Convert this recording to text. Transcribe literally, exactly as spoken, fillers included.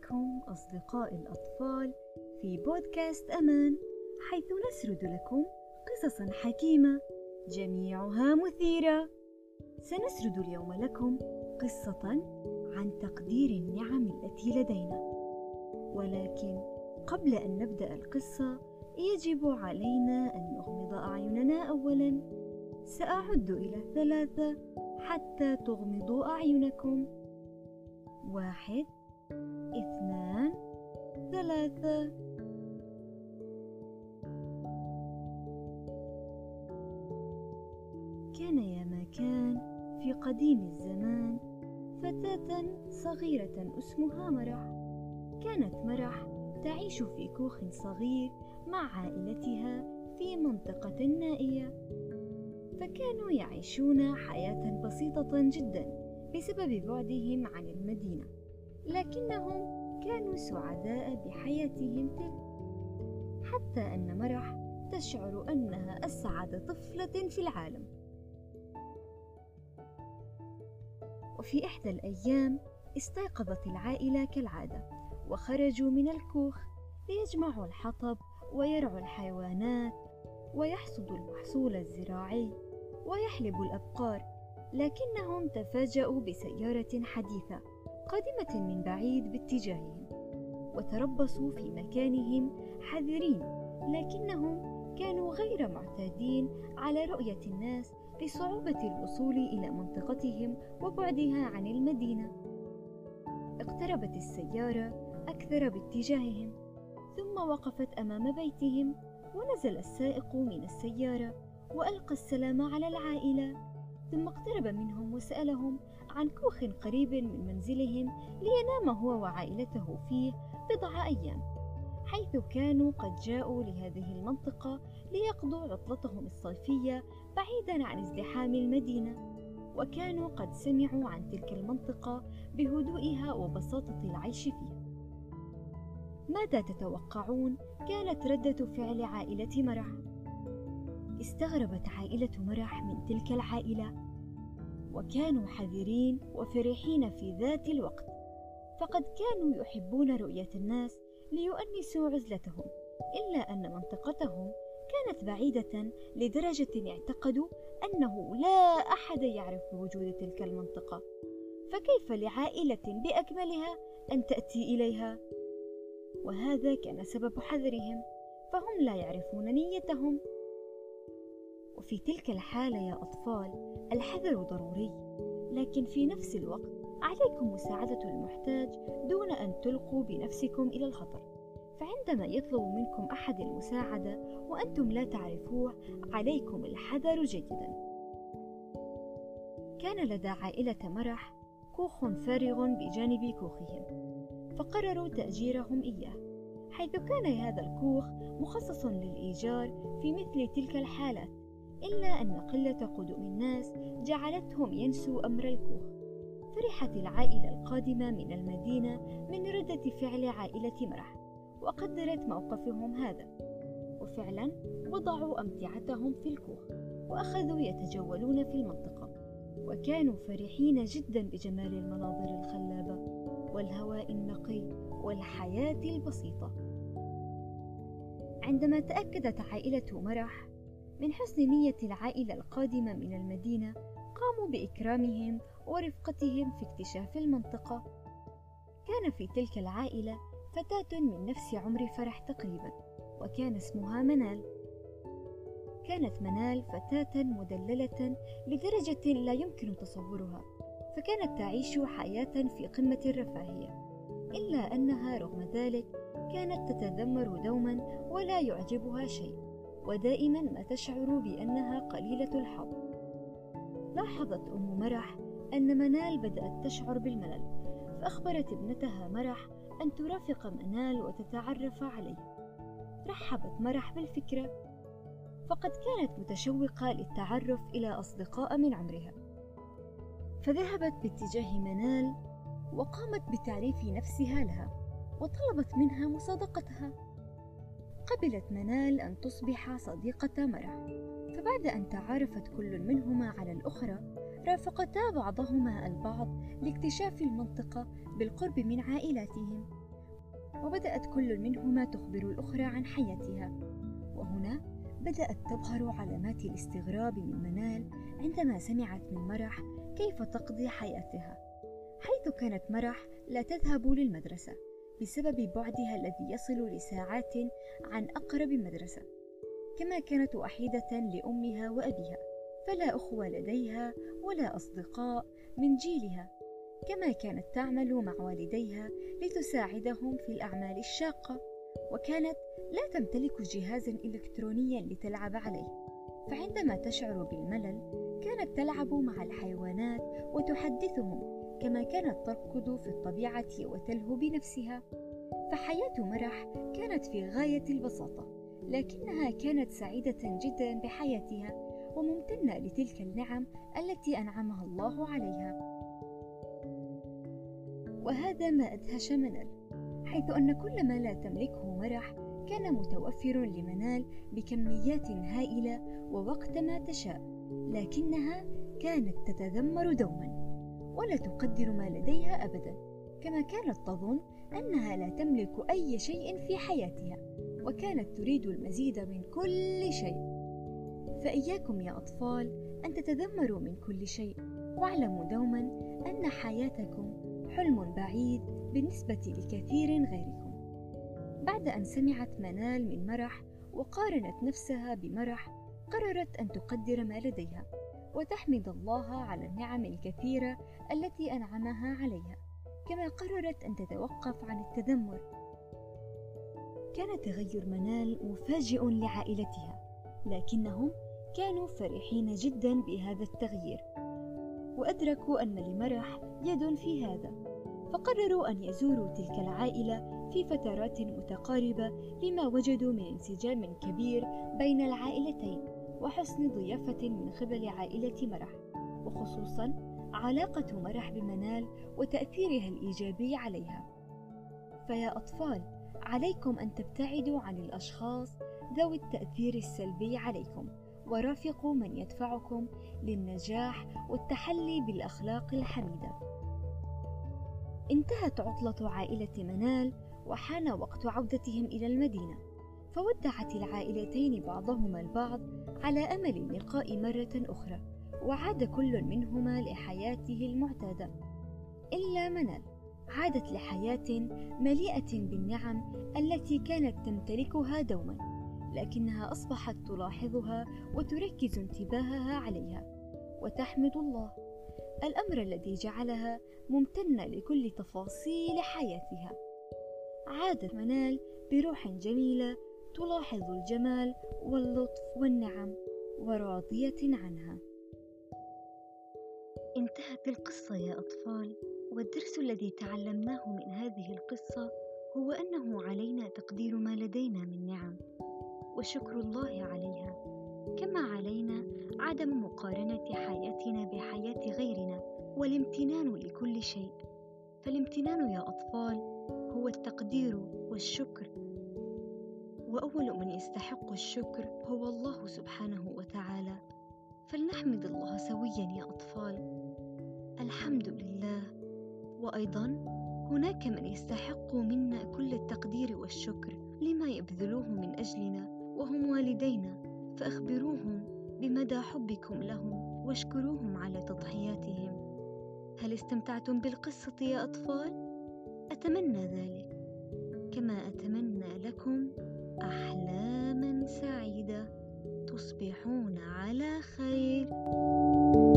بكم أصدقاء الأطفال في بودكاست أمان، حيث نسرد لكم قصصا حكيمة جميعها مثيرة. سنسرد اليوم لكم قصة عن تقدير النعم التي لدينا، ولكن قبل أن نبدأ القصة يجب علينا أن نغمض أعيننا أولا. سأعد إلى ثلاثة حتى تغمضوا أعينكم. واحد، اثنان، ثلاثة. كان يا ما كان في قديم الزمان فتاة صغيرة اسمها مرح. كانت مرح تعيش في كوخ صغير مع عائلتها في منطقة نائية، فكانوا يعيشون حياة بسيطة جدا بسبب بعدهم عن المدينة، لكنهم كانوا سعداء بحياتهم تلك، حتى أن مرح تشعر أنها أسعد طفلة في العالم. وفي إحدى الأيام استيقظت العائلة كالعادة وخرجوا من الكوخ ليجمعوا الحطب ويرعوا الحيوانات ويحصدوا المحصول الزراعي ويحلبوا الأبقار، لكنهم تفاجأوا بسيارة حديثة قادمة من بعيد باتجاههم، وتربصوا في مكانهم حذرين، لكنهم كانوا غير معتادين على رؤية الناس لصعوبة الوصول إلى منطقتهم وبعدها عن المدينة. اقتربت السيارة أكثر باتجاههم، ثم وقفت أمام بيتهم، ونزل السائق من السيارة وألقى السلام على العائلة، ثم اقترب منهم وسألهم عن كوخ قريب من منزلهم لينام هو وعائلته فيه بضع أيام، حيث كانوا قد جاءوا لهذه المنطقة ليقضوا عطلتهم الصيفية بعيدا عن ازدحام المدينة، وكانوا قد سمعوا عن تلك المنطقة بهدوئها وبساطة العيش فيها. ماذا تتوقعون كانت ردة فعل عائلة مرح؟ استغربت عائلة مرح من تلك العائلة، وكانوا حذرين وفرحين في ذات الوقت، فقد كانوا يحبون رؤية الناس ليؤنسوا عزلتهم، إلا أن منطقتهم كانت بعيدة لدرجة اعتقدوا أنه لا أحد يعرف بوجود تلك المنطقة، فكيف لعائلة بأكملها أن تأتي إليها؟ وهذا كان سبب حذرهم، فهم لا يعرفون نيتهم. وفي تلك الحالة يا أطفال الحذر ضروري، لكن في نفس الوقت عليكم مساعدة المحتاج دون أن تلقوا بنفسكم إلى الخطر، فعندما يطلب منكم أحد المساعدة وأنتم لا تعرفوه عليكم الحذر جيدا. كان لدى عائلة مرح كوخ فارغ بجانب كوخهم، فقرروا تأجيرهم إياه، حيث كان هذا الكوخ مخصص للإيجار في مثل تلك الحالات، إلا أن قلة قدوم الناس جعلتهم ينسوا أمر الكوخ. فرحت العائلة القادمة من المدينة من ردة فعل عائلة مرح، وقدرت موقفهم هذا، وفعلا وضعوا أمتعتهم في الكوخ وأخذوا يتجولون في المنطقة، وكانوا فرحين جدا بجمال المناظر الخلابة والهواء النقي والحياة البسيطة. عندما تأكدت عائلة مرح من حسن نية العائلة القادمة من المدينة، قاموا بإكرامهم ورفقتهم في اكتشاف المنطقة. كان في تلك العائلة فتاة من نفس عمر فرح تقريبا، وكان اسمها منال. كانت منال فتاة مدللة لدرجة لا يمكن تصورها، فكانت تعيش حياة في قمة الرفاهية، إلا أنها رغم ذلك كانت تتذمر دوما ولا يعجبها شيء، ودائما ما تشعر بأنها قليلة الحظ. لاحظت أم مرح أن منال بدأت تشعر بالملل، فأخبرت ابنتها مرح أن ترافق منال وتتعرف عليه. رحبت مرح بالفكرة، فقد كانت متشوقة للتعرف إلى أصدقاء من عمرها، فذهبت باتجاه منال وقامت بتعريف نفسها لها وطلبت منها مصادقتها. قبلت منال أن تصبح صديقة مرح، فبعد أن تعارفت كل منهما على الأخرى رافقتا بعضهما البعض لاكتشاف المنطقة بالقرب من عائلاتهم، وبدأت كل منهما تخبر الأخرى عن حياتها. وهنا بدأت تظهر علامات الاستغراب من منال عندما سمعت من مرح كيف تقضي حياتها، حيث كانت مرح لا تذهب للمدرسة بسبب بعدها الذي يصل لساعات عن أقرب مدرسة، كما كانت وحيدة لأمها وأبيها، فلا أخوة لديها ولا أصدقاء من جيلها، كما كانت تعمل مع والديها لتساعدهم في الأعمال الشاقة، وكانت لا تمتلك جهازا إلكترونيا لتلعب عليه، فعندما تشعر بالملل كانت تلعب مع الحيوانات وتحدثهم، كما كانت تركض في الطبيعة وتلهو بنفسها. فحياة مرح كانت في غاية البساطة، لكنها كانت سعيدة جدا بحياتها وممتنة لتلك النعم التي أنعمها الله عليها. وهذا ما أدهش منال، حيث أن كل ما لا تملكه مرح كان متوفر لمنال بكميات هائلة ووقت ما تشاء، لكنها كانت تتذمر دوما ولا تقدر ما لديها أبدا، كما كانت تظن أنها لا تملك أي شيء في حياتها، وكانت تريد المزيد من كل شيء. فإياكم يا أطفال أن تتذمروا من كل شيء، واعلموا دوما أن حياتكم حلم بعيد بالنسبة لكثير غيركم. بعد أن سمعت منال من مرح وقارنت نفسها بمرح، قررت أن تقدر ما لديها وتحمد الله على النعم الكثيرة التي أنعمها عليها، كما قررت أن تتوقف عن التذمر. كان تغير منال مفاجئ لعائلتها، لكنهم كانوا فرحين جدا بهذا التغيير، وأدركوا أن لمرح يد في هذا، فقرروا أن يزوروا تلك العائلة في فترات متقاربة لما وجدوا من انسجام كبير بين العائلتين وحسن ضيافة من قبل عائلة مرح، وخصوصا علاقة مرح بمنال وتأثيرها الإيجابي عليها. فيا أطفال، عليكم أن تبتعدوا عن الأشخاص ذوي التأثير السلبي عليكم، ورافقوا من يدفعكم للنجاح والتحلي بالأخلاق الحميدة. انتهت عطلة عائلة منال وحان وقت عودتهم إلى المدينة، فودعت العائلتين بعضهما البعض على أمل اللقاء مرة أخرى، وعاد كل منهما لحياته المعتادة، إلا منال عادت لحياة مليئة بالنعم التي كانت تمتلكها دوما، لكنها أصبحت تلاحظها وتركز انتباهها عليها وتحمد الله، الأمر الذي جعلها ممتنة لكل تفاصيل حياتها. عادت منال بروح جميلة تلاحظ الجمال واللطف والنعم وراضية عنها. انتهت القصة يا أطفال، والدرس الذي تعلمناه من هذه القصة هو أنه علينا تقدير ما لدينا من نعم وشكر الله عليها، كما علينا عدم مقارنة حياتنا بحياة غيرنا والامتنان لكل شيء. فالامتنان يا أطفال هو التقدير والشكر، وأول من يستحق الشكر هو الله سبحانه وتعالى، فلنحمد الله سويا يا أطفال. الحمد لله. وأيضا هناك من يستحق منا كل التقدير والشكر لما يبذلوه من أجلنا، وهم والدينا، فأخبروهم بمدى حبكم لهم واشكروهم على تضحياتهم. هل استمتعتم بالقصة يا أطفال؟ أتمنى ذلك، كما أتمنى لكم أحلاما سعيدة، تصبحون على خير.